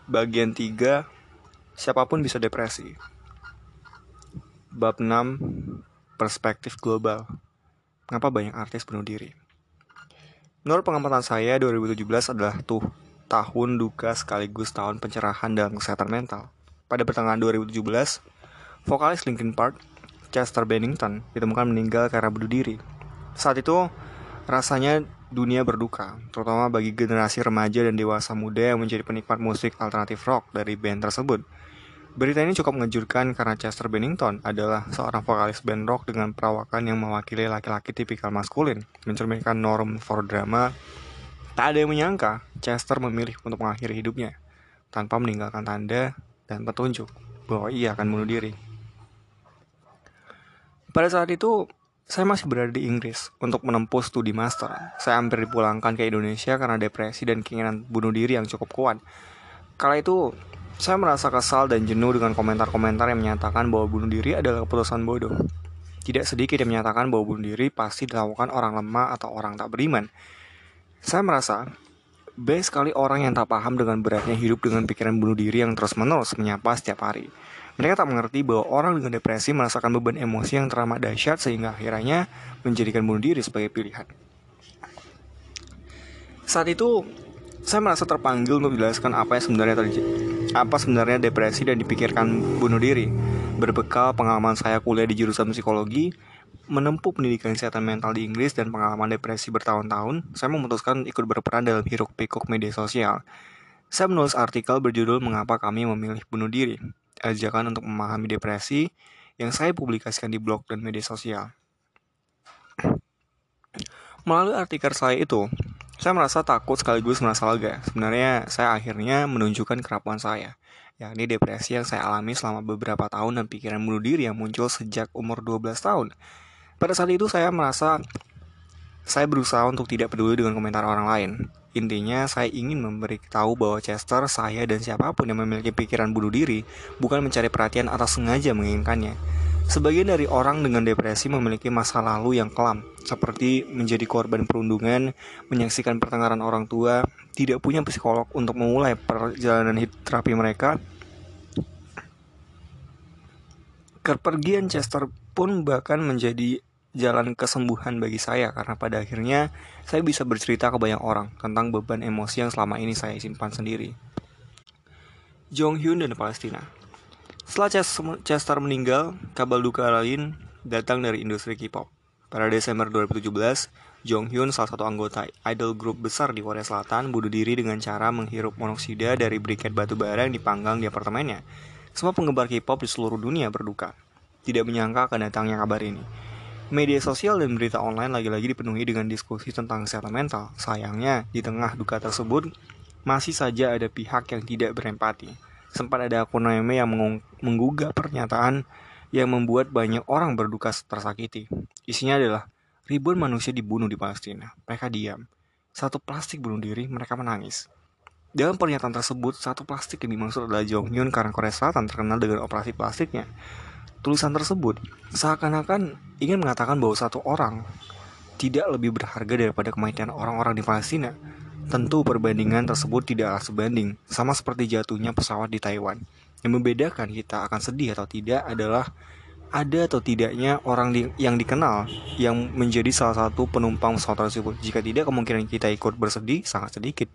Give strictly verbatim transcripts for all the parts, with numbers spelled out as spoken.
Bagian tiga, siapapun bisa depresi. Bab enam, perspektif global. Mengapa banyak artis bunuh diri? Menurut pengamatan saya, dua ribu tujuh belas adalah tuh tahun duka sekaligus tahun pencerahan dalam kesehatan mental. Pada pertengahan dua ribu tujuh belas, vokalis Linkin Park, Chester Bennington, ditemukan meninggal karena bunuh diri. Saat itu, rasanya dunia berduka, terutama bagi generasi remaja dan dewasa muda yang menjadi penikmat musik alternatif rock dari band tersebut. Berita ini cukup mengejutkan karena Chester Bennington adalah seorang vokalis band rock dengan perawakan yang mewakili laki-laki tipikal maskulin, mencerminkan norm for drama. Tak ada yang menyangka Chester memilih untuk mengakhiri hidupnya tanpa meninggalkan tanda dan petunjuk bahwa ia akan bunuh diri. Pada saat itu, saya masih berada di Inggris untuk menempuh studi master. Saya hampir dipulangkan ke Indonesia karena depresi dan keinginan bunuh diri yang cukup kuat. Kala itu, saya merasa kesal dan jenuh dengan komentar-komentar yang menyatakan bahwa bunuh diri adalah keputusan bodoh. Tidak sedikit yang menyatakan bahwa bunuh diri pasti dilakukan orang lemah atau orang tak beriman. Saya merasa, banyak sekali orang yang tak paham dengan beratnya hidup dengan pikiran bunuh diri yang terus-menerus menyapa setiap hari. Mereka tak mengerti bahwa orang dengan depresi merasakan beban emosi yang teramat dahsyat sehingga akhirnya menjadikan bunuh diri sebagai pilihan. Saat itu, saya merasa terpanggil untuk menjelaskan apa yang sebenarnya terjadi, apa sebenarnya depresi dan dipikirkan bunuh diri. Berbekal pengalaman saya kuliah di jurusan psikologi, menempuh pendidikan kesehatan mental di Inggris dan pengalaman depresi bertahun-tahun, saya memutuskan ikut berperan dalam hiruk-pikuk media sosial. Saya menulis artikel berjudul Mengapa Kami Memilih Bunuh Diri, ajakan untuk memahami depresi yang saya publikasikan di blog dan media sosial. Melalui artikel saya itu, saya merasa takut sekaligus merasa lega. Sebenarnya saya akhirnya menunjukkan kerapuhan saya, yakni depresi yang saya alami selama beberapa tahun dan pikiran bunuh diri yang muncul sejak umur dua belas tahun. Pada saat itu saya merasa saya berusaha untuk tidak peduli dengan komentar orang lain. Intinya, saya ingin memberitahu bahwa Chester, saya, dan siapapun yang memiliki pikiran bunuh diri bukan mencari perhatian atau sengaja menginginkannya. Sebagian dari orang dengan depresi memiliki masa lalu yang kelam, seperti menjadi korban perundungan, menyaksikan pertengkaran orang tua, tidak punya psikolog untuk memulai perjalanan terapi mereka. Kepergian Chester pun bahkan menjadi jalan kesembuhan bagi saya karena pada akhirnya saya bisa bercerita ke banyak orang tentang beban emosi yang selama ini saya simpan sendiri. Jong Hyun dan Palestina. Setelah Chester meninggal, kabar duka lain datang dari industri K-pop. Pada Desember dua ribu tujuh belas, Jong Hyun, salah satu anggota idol grup besar di Korea Selatan, bunuh diri dengan cara menghirup monoksida dari briket batu bara yang dipanggang di apartemennya. Semua penggemar K-pop di seluruh dunia berduka, tidak menyangka akan datangnya kabar ini. Media sosial dan berita online lagi-lagi dipenuhi dengan diskusi tentang kesehatan mental. Sayangnya, di tengah duka tersebut, masih saja ada pihak yang tidak berempati. Sempat ada akun meme yang menggugah pernyataan yang membuat banyak orang berduka tersakiti. Isinya adalah, ribuan manusia dibunuh di Palestina. Mereka diam. Satu plastik bunuh diri, mereka menangis. Dalam pernyataan tersebut, satu plastik yang dimaksud adalah Jong Hyun karena Korea Selatan terkenal dengan operasi plastiknya. Tulisan tersebut seakan-akan ingin mengatakan bahwa satu orang tidak lebih berharga daripada kematian orang-orang di Palestina. Tentu perbandingan tersebut tidaklah sebanding, sama seperti jatuhnya pesawat di Taiwan. Yang membedakan kita akan sedih atau tidak adalah ada atau tidaknya orang di, yang dikenal yang menjadi salah satu penumpang pesawat tersebut. Jika tidak, kemungkinan kita ikut bersedih sangat sedikit.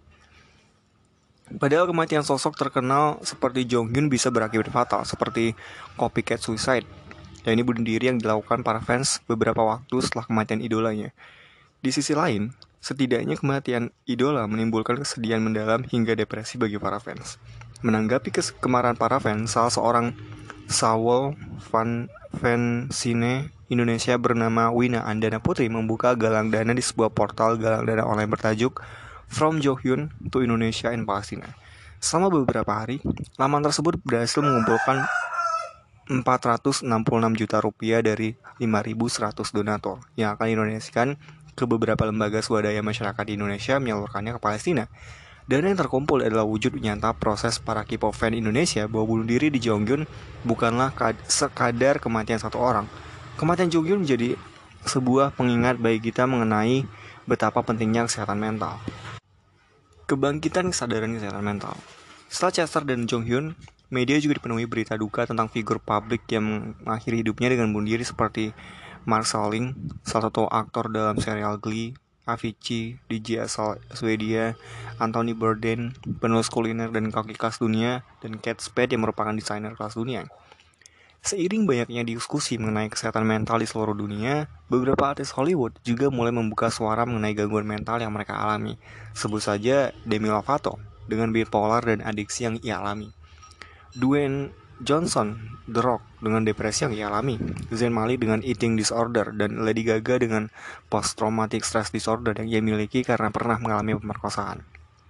Padahal kematian sosok terkenal seperti Jong Hyun bisa berakibat fatal, seperti copycat suicide, yakni bunuh diri yang dilakukan para fans beberapa waktu setelah kematian idolanya. Di sisi lain, setidaknya kematian idola menimbulkan kesedihan mendalam hingga depresi bagi para fans. Menanggapi kemarahan para fans, salah seorang Sawol fan fansine Indonesia bernama Wina Andana Putri membuka galang dana di sebuah portal galang dana online bertajuk From Jong Hyun to Indonesia and Palestina. Selama beberapa hari, laman tersebut berhasil mengumpulkan empat ratus enam puluh enam juta rupiah dari lima ribu seratus donatur yang akan didonasikan ke beberapa lembaga swadaya masyarakat di Indonesia menyalurkannya ke Palestina. Dana yang terkumpul adalah wujud nyata proses para K-pop fan Indonesia bahwa bunuh diri di Jong Hyun bukanlah sekadar kematian satu orang. Kematian Jong Hyun menjadi sebuah pengingat bagi kita mengenai betapa pentingnya kesehatan mental. Kebangkitan kesadaran kesehatan mental. Setelah Chester dan Jong Hyun, media juga dipenuhi berita duka tentang figur publik yang mengakhiri hidupnya dengan bunuh diri seperti Mark Salling, salah satu aktor dalam serial Glee, Avicii, D J asal Swedia, Anthony Bourdain, penulis kuliner dan koki kelas dunia, dan Kate Spade yang merupakan desainer kelas dunia. Seiring banyaknya diskusi mengenai kesehatan mental di seluruh dunia, beberapa artis Hollywood juga mulai membuka suara mengenai gangguan mental yang mereka alami. Sebut saja Demi Lovato dengan bipolar dan adiksi yang ia alami, Dwayne Johnson, The Rock, dengan depresi yang ia alami, Zayn Malik dengan eating disorder, dan Lady Gaga dengan post-traumatic stress disorder yang ia miliki karena pernah mengalami pemerkosaan.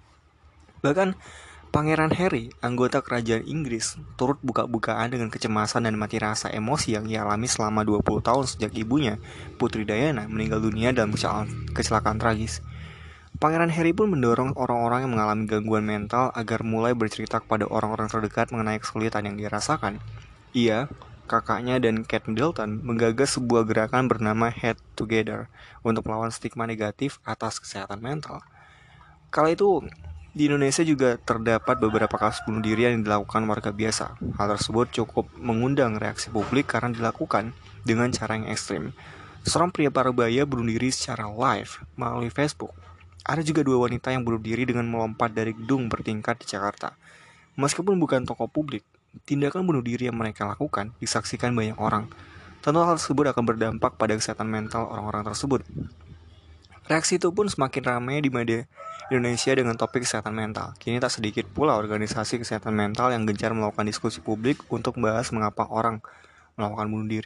Bahkan Pangeran Harry, anggota kerajaan Inggris, turut buka-bukaan dengan kecemasan dan mati rasa emosi yang ia alami selama dua puluh tahun sejak ibunya, Putri Diana, meninggal dunia dalam kecelakaan tragis. Pangeran Harry pun mendorong orang-orang yang mengalami gangguan mental agar mulai bercerita kepada orang-orang terdekat mengenai kesulitan yang dirasakan. Ia, kakaknya, dan Kate Middleton menggagas sebuah gerakan bernama Head Together untuk melawan stigma negatif atas kesehatan mental. Kala itu, di Indonesia juga terdapat beberapa kasus bunuh diri yang dilakukan warga biasa. Hal tersebut cukup mengundang reaksi publik karena dilakukan dengan cara yang ekstrim. Seorang pria parubaya bunuh diri secara live melalui Facebook. Ada juga dua wanita yang bunuh diri dengan melompat dari gedung bertingkat di Jakarta. Meskipun bukan tokoh publik, tindakan bunuh diri yang mereka lakukan disaksikan banyak orang. Tentu hal tersebut akan berdampak pada kesehatan mental orang-orang tersebut. Reaksi itu pun semakin ramai di media Indonesia dengan topik kesehatan mental. Kini tak sedikit pula organisasi kesehatan mental yang gencar melakukan diskusi publik untuk membahas mengapa orang melakukan bunuh diri.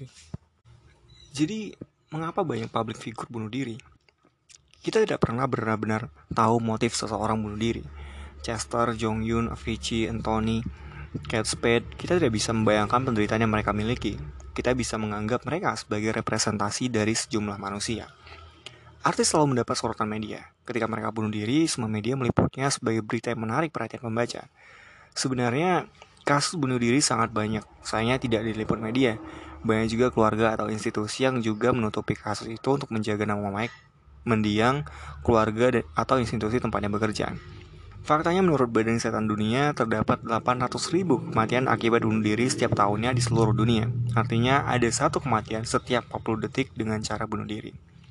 Jadi, mengapa banyak public figure bunuh diri? Kita tidak pernah benar-benar tahu motif seseorang bunuh diri. Chester, Jong Hyun, Avicii, Anthony, Kate Spade, kita tidak bisa membayangkan penderitaan yang mereka miliki. Kita bisa menganggap mereka sebagai representasi dari sejumlah manusia. Artis selalu mendapat sorotan media. Ketika mereka bunuh diri, semua media meliputnya sebagai berita yang menarik perhatian pembaca. Sebenarnya, kasus bunuh diri sangat banyak, sayangnya tidak diliput media. Banyak juga keluarga atau institusi yang juga menutupi kasus itu untuk menjaga nama baik mendiang keluarga atau institusi tempatnya bekerja. Faktanya menurut Badan Kesehatan Dunia, terdapat delapan ratus ribu kematian akibat bunuh diri setiap tahunnya di seluruh dunia. Artinya ada satu kematian setiap empat puluh detik dengan cara bunuh diri.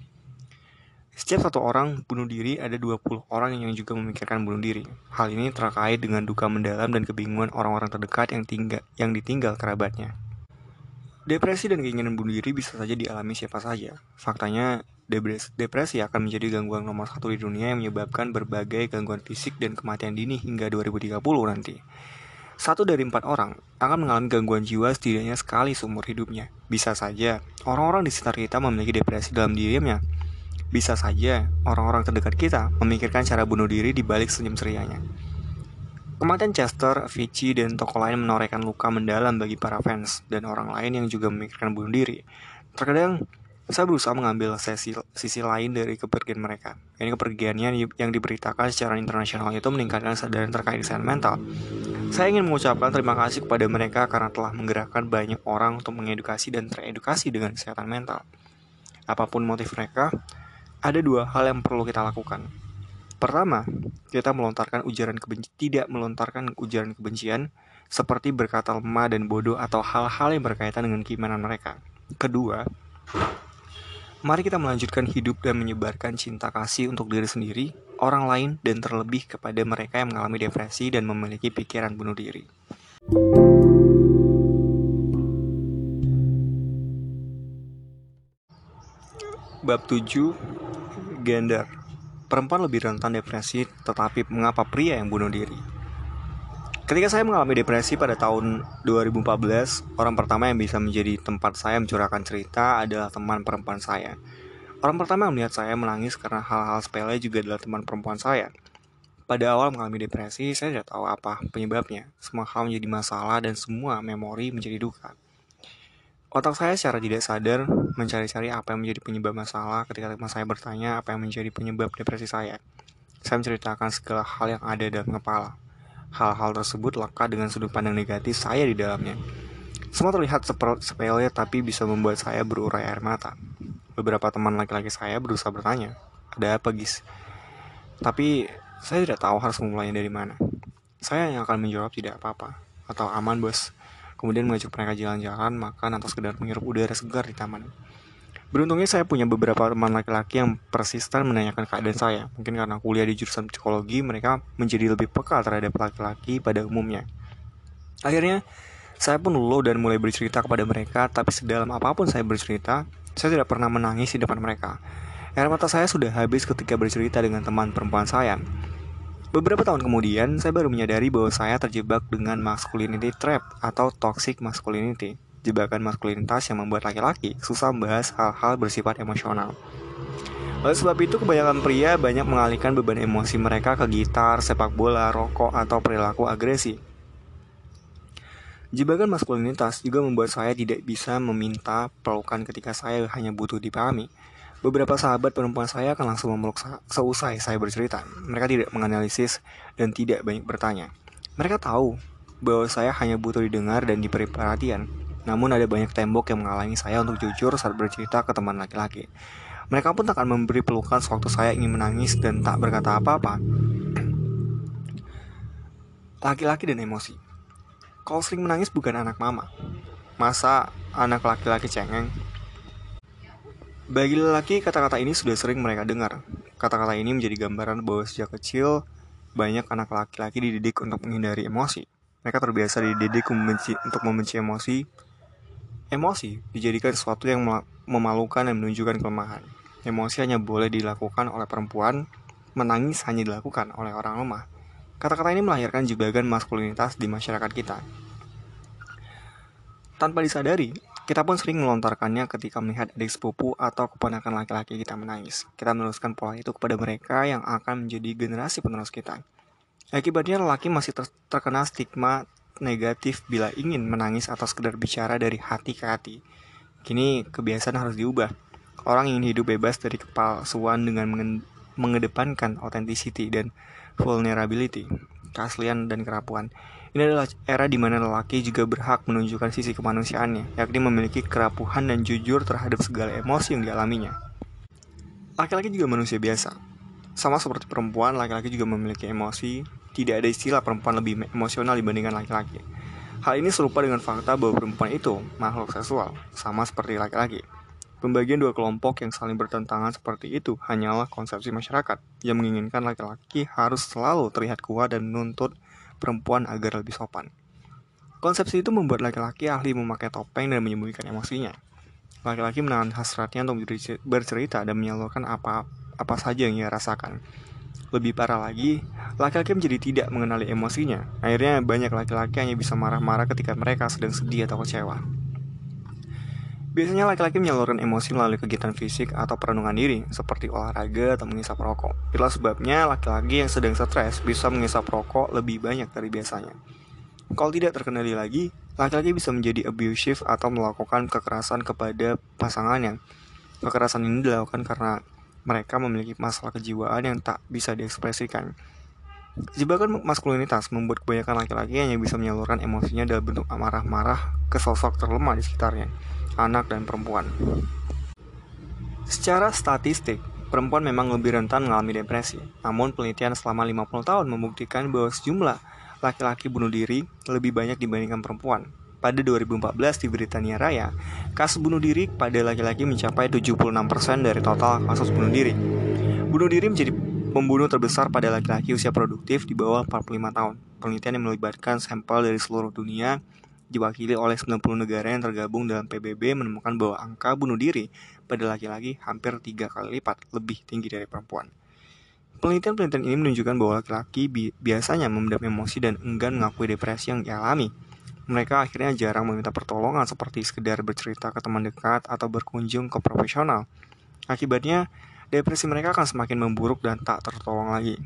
Setiap satu orang bunuh diri, ada dua puluh orang yang juga memikirkan bunuh diri. Hal ini terkait dengan duka mendalam dan kebingungan orang-orang terdekat yang tinggal, yang ditinggal kerabatnya. Depresi dan keinginan bunuh diri bisa saja dialami siapa saja. Faktanya, depresi akan menjadi gangguan nomor satu di dunia yang menyebabkan berbagai gangguan fisik dan kematian dini hingga dua ribu tiga puluh nanti. Satu dari empat orang akan mengalami gangguan jiwa setidaknya sekali seumur hidupnya. Bisa saja orang-orang di sekitar kita memiliki depresi dalam dirinya. Bisa saja orang-orang terdekat kita memikirkan cara bunuh diri di balik senyum cerianya. Kematian Chester, Avicii, dan tokoh lain menorehkan luka mendalam bagi para fans dan orang lain yang juga memikirkan bunuh diri. Terkadang saya berusaha mengambil sesi, sisi lain dari kepergian mereka. Ini kepergiannya yang diberitakan secara internasional itu meningkatkan kesadaran terkait kesehatan mental. Saya ingin mengucapkan terima kasih kepada mereka karena telah menggerakkan banyak orang untuk mengedukasi dan teredukasi dengan kesehatan mental. Apapun motif mereka, ada dua hal yang perlu kita lakukan. Pertama, kita melontarkan ujaran kebencian, tidak melontarkan ujaran kebencian seperti berkata lemah dan bodoh atau hal-hal yang berkaitan dengan keimanan mereka. Kedua, mari kita melanjutkan hidup dan menyebarkan cinta kasih untuk diri sendiri, orang lain, dan terlebih kepada mereka yang mengalami depresi dan memiliki pikiran bunuh diri. Bab tujuh, Gender. Perempuan lebih rentan depresi, tetapi mengapa pria yang bunuh diri? Ketika saya mengalami depresi pada tahun dua ribu empat belas, orang pertama yang bisa menjadi tempat saya mencurahkan cerita adalah teman perempuan saya. Orang pertama yang melihat saya menangis karena hal-hal sepele juga adalah teman perempuan saya. Pada awal mengalami depresi, saya tidak tahu apa penyebabnya. Semua hal menjadi masalah dan semua memori menjadi duka. Otak saya secara tidak sadar mencari-cari apa yang menjadi penyebab masalah. Ketika teman saya bertanya apa yang menjadi penyebab depresi saya, saya menceritakan segala hal yang ada dalam kepala. Hal-hal tersebut lekat dengan sudut pandang negatif saya di dalamnya. Semua terlihat sepele tapi bisa membuat saya berurai air mata. Beberapa teman laki-laki saya berusaha bertanya, ada apa Gis? Tapi saya tidak tahu harus memulainya dari mana. Saya yang akan menjawab tidak apa-apa atau aman bos. Kemudian mengajak mereka jalan-jalan, makan, atau sekedar menghirup udara segar di taman. Beruntungnya saya punya beberapa teman laki-laki yang persisten menanyakan keadaan saya. Mungkin karena kuliah di jurusan psikologi, mereka menjadi lebih peka terhadap laki-laki pada umumnya. Akhirnya, saya pun luluh dan mulai bercerita kepada mereka, tapi sedalam apapun saya bercerita, saya tidak pernah menangis di depan mereka. Air mata saya sudah habis ketika bercerita dengan teman perempuan saya. Beberapa tahun kemudian, saya baru menyadari bahwa saya terjebak dengan masculinity trap atau toxic masculinity, jebakan maskulinitas yang membuat laki-laki susah membahas hal-hal bersifat emosional. Oleh sebab itu, kebanyakan pria banyak mengalihkan beban emosi mereka ke gitar, sepak bola, rokok, atau perilaku agresi. Jebakan maskulinitas juga membuat saya tidak bisa meminta pelukan ketika saya hanya butuh dipahami. Beberapa sahabat perempuan saya akan langsung memeluk seusai saya bercerita. Mereka tidak menganalisis dan tidak banyak bertanya. Mereka tahu bahwa saya hanya butuh didengar dan diberi perhatian. Namun ada banyak tembok yang menghalangi saya untuk jujur saat bercerita ke teman laki-laki. Mereka pun tak akan memberi pelukan sewaktu saya ingin menangis dan tak berkata apa-apa. Laki-laki dan emosi. Kalau sering menangis bukan anak mama. Masa anak laki-laki cengeng? Bagi lelaki, kata-kata ini sudah sering mereka dengar. Kata-kata ini menjadi gambaran bahwa sejak kecil, banyak anak laki-laki dididik untuk menghindari emosi. Mereka terbiasa dididik membenci, untuk membenci emosi. Emosi dijadikan sesuatu yang memalukan dan menunjukkan kelemahan. Emosi hanya boleh dilakukan oleh perempuan, menangis hanya dilakukan oleh orang lemah. Kata-kata ini melahirkan jebakan maskulinitas di masyarakat kita. Tanpa disadari, kita pun sering melontarkannya ketika melihat adik sepupu atau keponakan laki-laki kita menangis. Kita meneruskan pola itu kepada mereka yang akan menjadi generasi penerus kita. Akibatnya lelaki masih ter- terkena stigma negatif bila ingin menangis atau sekedar bicara dari hati ke hati. Kini kebiasaan harus diubah. Orang ingin hidup bebas dari kepalsuan dengan mengen- mengedepankan authenticity dan vulnerability, keaslian dan kerapuan. Ini adalah era di mana lelaki juga berhak menunjukkan sisi kemanusiaannya, yakni memiliki kerapuhan dan jujur terhadap segala emosi yang dialaminya. Laki-laki juga manusia biasa. Sama seperti perempuan, laki-laki juga memiliki emosi. Tidak ada istilah perempuan lebih emosional dibandingkan laki-laki. Hal ini serupa dengan fakta bahwa perempuan itu makhluk seksual, sama seperti laki-laki. Pembagian dua kelompok yang saling bertentangan seperti itu hanyalah konsepsi masyarakat yang menginginkan laki-laki harus selalu terlihat kuat dan menuntut perempuan agar lebih sopan. Konsepsi itu membuat laki-laki ahli memakai topeng dan menyembunyikan emosinya. Laki-laki menahan hasratnya untuk bercerita dan menyalurkan apa apa saja yang ia rasakan. Lebih parah lagi, laki-laki menjadi tidak mengenali emosinya. Akhirnya banyak laki-laki hanya bisa marah-marah ketika mereka sedang sedih atau kecewa. Biasanya laki-laki menyalurkan emosi melalui kegiatan fisik atau perenungan diri, seperti olahraga atau mengisap rokok. Itulah sebabnya laki-laki yang sedang stres bisa mengisap rokok lebih banyak dari biasanya. Kalau tidak terkendali lagi, laki-laki bisa menjadi abusive atau melakukan kekerasan kepada pasangannya. Kekerasan ini dilakukan karena mereka memiliki masalah kejiwaan yang tak bisa diekspresikan. Jebakan maskulinitas membuat kebanyakan laki-laki hanya bisa menyalurkan emosinya dalam bentuk marah-marah ke sosok terlemah di sekitarnya, anak dan perempuan. Secara statistik, perempuan memang lebih rentan mengalami depresi. Namun penelitian selama lima puluh tahun membuktikan bahwa sejumlah laki-laki bunuh diri lebih banyak dibandingkan perempuan. Pada dua ribu empat belas di Britania Raya, kasus bunuh diri pada laki-laki mencapai tujuh puluh enam persen dari total kasus bunuh diri. Bunuh diri menjadi pembunuh terbesar pada laki-laki usia produktif di bawah empat puluh lima tahun. Penelitian yang melibatkan sampel dari seluruh dunia diwakili oleh sembilan puluh negara yang tergabung dalam P B B menemukan bahwa angka bunuh diri pada laki-laki hampir tiga kali lipat lebih tinggi dari perempuan. Penelitian-penelitian ini menunjukkan bahwa laki-laki bi- biasanya memendam emosi dan enggan mengakui depresi yang dialami. Mereka akhirnya jarang meminta pertolongan seperti sekedar bercerita ke teman dekat atau berkunjung ke profesional. Akibatnya, depresi mereka akan semakin memburuk dan tak tertolong lagi.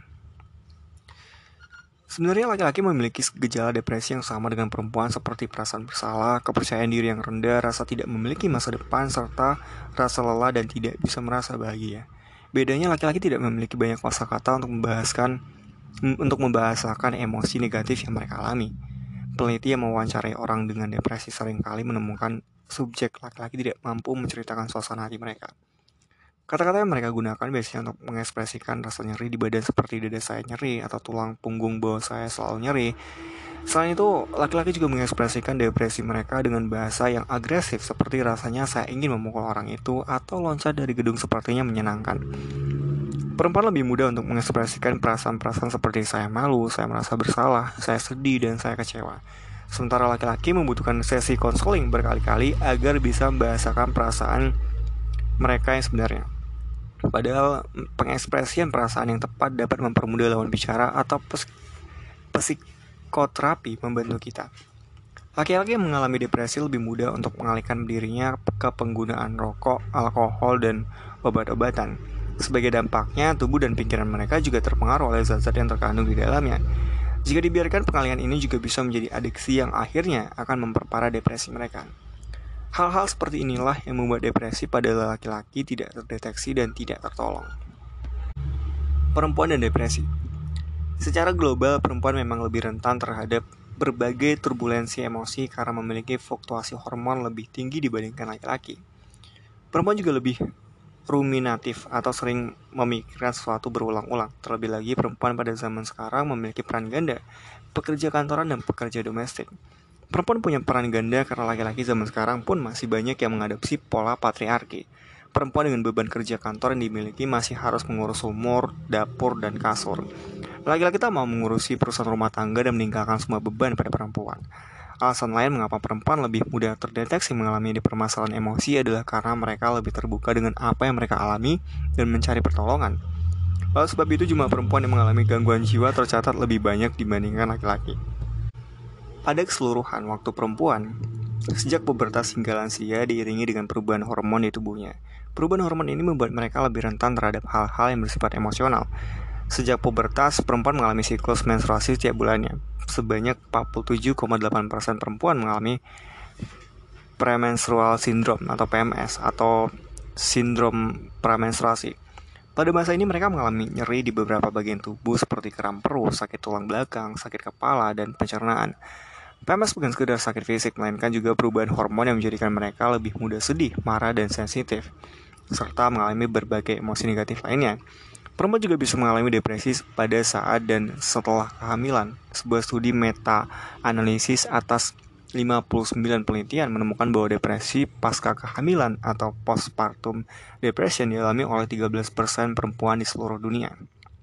Sebenarnya laki-laki memiliki gejala depresi yang sama dengan perempuan seperti perasaan bersalah, kepercayaan diri yang rendah, rasa tidak memiliki masa depan, serta rasa lelah dan tidak bisa merasa bahagia. Bedanya laki-laki tidak memiliki banyak kosakata untuk membahaskan untuk membahasakan emosi negatif yang mereka alami. Peneliti yang mewawancarai orang dengan depresi seringkali menemukan subjek laki-laki tidak mampu menceritakan suasana hati mereka. Kata-kata yang mereka gunakan biasanya untuk mengekspresikan rasa nyeri di badan seperti dada saya nyeri atau tulang punggung bawah saya selalu nyeri. Selain itu, laki-laki juga mengekspresikan depresi mereka dengan bahasa yang agresif seperti rasanya saya ingin memukul orang itu atau loncat dari gedung sepertinya menyenangkan. Perempuan lebih mudah untuk mengekspresikan perasaan-perasaan seperti saya malu, saya merasa bersalah, saya sedih, dan saya kecewa. Sementara laki-laki membutuhkan sesi konseling berkali-kali agar bisa membahasakan perasaan mereka yang sebenarnya. Padahal pengekspresian perasaan yang tepat dapat mempermudah lawan bicara atau psikoterapi membantu kita. Laki-laki yang mengalami depresi lebih mudah untuk mengalihkan dirinya ke penggunaan rokok, alkohol, dan obat-obatan. Sebagai dampaknya, tubuh dan pikiran mereka juga terpengaruh oleh zat-zat yang terkandung di dalamnya. Jika dibiarkan, pengalihan ini juga bisa menjadi adiksi yang akhirnya akan memperparah depresi mereka. Hal-hal seperti inilah yang membuat depresi pada laki-laki tidak terdeteksi dan tidak tertolong. Perempuan dan depresi. Secara global, perempuan memang lebih rentan terhadap berbagai turbulensi emosi karena memiliki fluktuasi hormon lebih tinggi dibandingkan laki-laki. Perempuan juga lebih ruminatif atau sering memikirkan sesuatu berulang-ulang. Terlebih lagi, perempuan pada zaman sekarang memiliki peran ganda, pekerja kantoran dan pekerja domestik. Perempuan punya peran ganda karena laki-laki zaman sekarang pun masih banyak yang mengadopsi pola patriarki. Perempuan dengan beban kerja kantor yang dimiliki masih harus mengurus sumur, dapur, dan kasur. Laki-laki tak mau mengurusi perusahaan rumah tangga dan meninggalkan semua beban pada perempuan. Alasan lain mengapa perempuan lebih mudah terdeteksi mengalami permasalahan emosi adalah karena mereka lebih terbuka dengan apa yang mereka alami dan mencari pertolongan. Lalu sebab itu jumlah perempuan yang mengalami gangguan jiwa tercatat lebih banyak dibandingkan laki-laki. Pada keseluruhan, waktu perempuan, sejak pubertas hingga lansia diiringi dengan perubahan hormon di tubuhnya. Perubahan hormon ini membuat mereka lebih rentan terhadap hal-hal yang bersifat emosional. Sejak pubertas, perempuan mengalami siklus menstruasi setiap bulannya. Sebanyak empat puluh tujuh koma delapan persen perempuan mengalami premenstrual syndrome atau P M S atau sindrom premenstruasi. Pada masa ini mereka mengalami nyeri di beberapa bagian tubuh seperti kram perut, sakit tulang belakang, sakit kepala, dan pencernaan. P M S bukan sekedar sakit fisik, melainkan juga perubahan hormon yang menjadikan mereka lebih mudah sedih, marah, dan sensitif, serta mengalami berbagai emosi negatif lainnya. Perempuan juga bisa mengalami depresi pada saat dan setelah kehamilan. Sebuah studi meta-analisis atas lima puluh sembilan penelitian menemukan bahwa depresi pasca kehamilan atau postpartum depression dialami oleh tiga belas persen perempuan di seluruh dunia.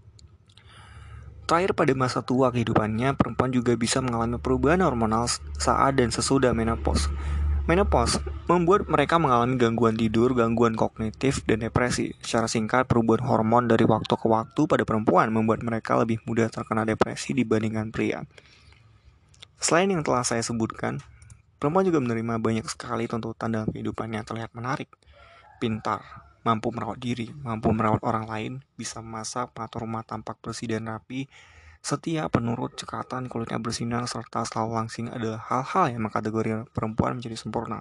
Terakhir, pada masa tua kehidupannya, perempuan juga bisa mengalami perubahan hormonal saat dan sesudah menopause. Menopause membuat mereka mengalami gangguan tidur, gangguan kognitif, dan depresi. Secara singkat, perubahan hormon dari waktu ke waktu pada perempuan membuat mereka lebih mudah terkena depresi dibandingkan pria. Selain yang telah saya sebutkan, perempuan juga menerima banyak sekali tuntutan dalam kehidupannya terlihat menarik, pintar, mampu merawat diri, mampu merawat orang lain, bisa memasak, mengatur rumah tampak bersih dan rapi, setia, penurut, cekatan, kulitnya bersinar, serta selalu langsing adalah hal-hal yang mengkategorikan perempuan menjadi sempurna.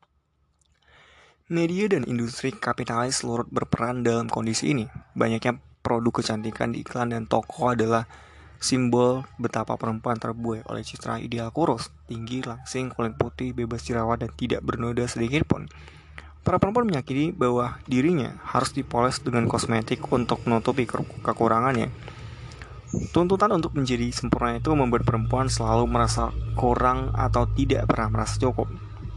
Media dan industri kapitalis turut berperan dalam kondisi ini. Banyaknya produk kecantikan di iklan dan toko adalah simbol betapa perempuan terbuai oleh citra ideal kurus, tinggi, langsing, kulit putih, bebas jerawat, dan tidak bernoda sedikit pun. Para perempuan meyakini bahwa dirinya harus dipoles dengan kosmetik untuk menutupi kekurangannya. Tuntutan untuk menjadi sempurna itu membuat perempuan selalu merasa kurang atau tidak pernah merasa cukup.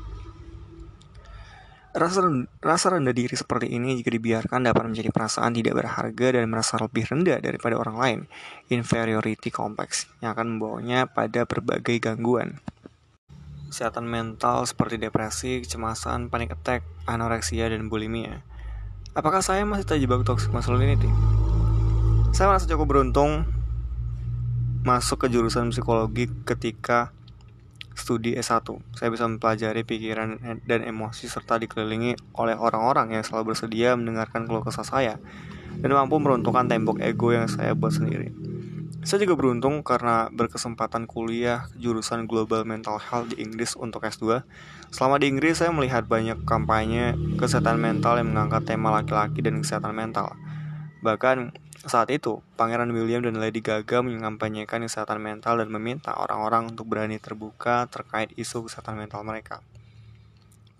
Rasa, rasa rendah diri seperti ini jika dibiarkan dapat menjadi perasaan tidak berharga dan merasa lebih rendah daripada orang lain, inferiority complex, yang akan membawanya pada berbagai gangguan kesehatan mental seperti depresi, kecemasan, panic attack, anoreksia, dan bulimia. Apakah saya masih terjebak toxic masculinity? Saya merasa cukup beruntung masuk ke jurusan psikologi ketika studi S satu. Saya bisa mempelajari pikiran dan emosi serta dikelilingi oleh orang-orang yang selalu bersedia mendengarkan keluh kesah saya dan mampu meruntuhkan tembok ego yang saya buat sendiri. Saya juga beruntung karena berkesempatan kuliah jurusan Global Mental Health di Inggris untuk S dua. Selama di Inggris, saya melihat banyak kampanye kesehatan mental yang mengangkat tema laki-laki dan kesehatan mental. Bahkan saat itu, Pangeran William dan Lady Gaga mengampanyekan kesehatan mental dan meminta orang-orang untuk berani terbuka terkait isu kesehatan mental mereka.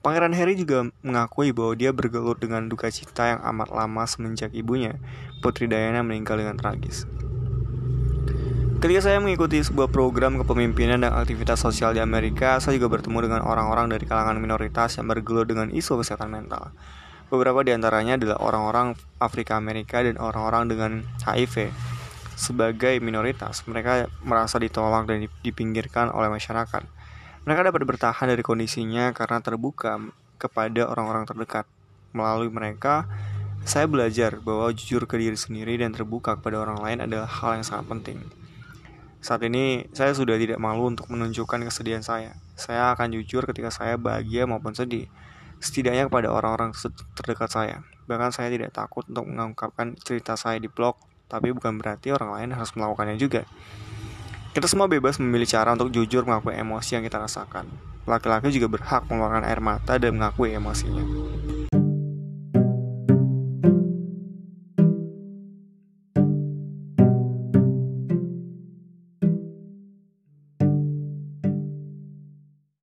Pangeran Harry juga mengakui bahwa dia bergelut dengan duka cita yang amat lama semenjak ibunya, Putri Diana, meninggal dengan tragis. Ketika saya mengikuti sebuah program kepemimpinan dan aktivitas sosial di Amerika, saya juga bertemu dengan orang-orang dari kalangan minoritas yang bergelut dengan isu kesehatan mental. Beberapa di antaranya adalah orang-orang Afrika Amerika dan orang-orang dengan H I V. Sebagai minoritas, mereka merasa ditolak dan dipinggirkan oleh masyarakat. Mereka dapat bertahan dari kondisinya karena terbuka kepada orang-orang terdekat. Melalui mereka, saya belajar bahwa jujur ke diri sendiri dan terbuka kepada orang lain adalah hal yang sangat penting. Saat ini, saya sudah tidak malu untuk menunjukkan kesedihan saya. Saya akan jujur ketika saya bahagia maupun sedih, setidaknya kepada orang-orang terdekat saya. Bahkan saya tidak takut untuk mengungkapkan cerita saya di blog, tapi bukan berarti orang lain harus melakukannya juga. Kita semua bebas memilih cara untuk jujur mengakui emosi yang kita rasakan. Laki-laki juga berhak mengeluarkan air mata dan mengakui emosinya.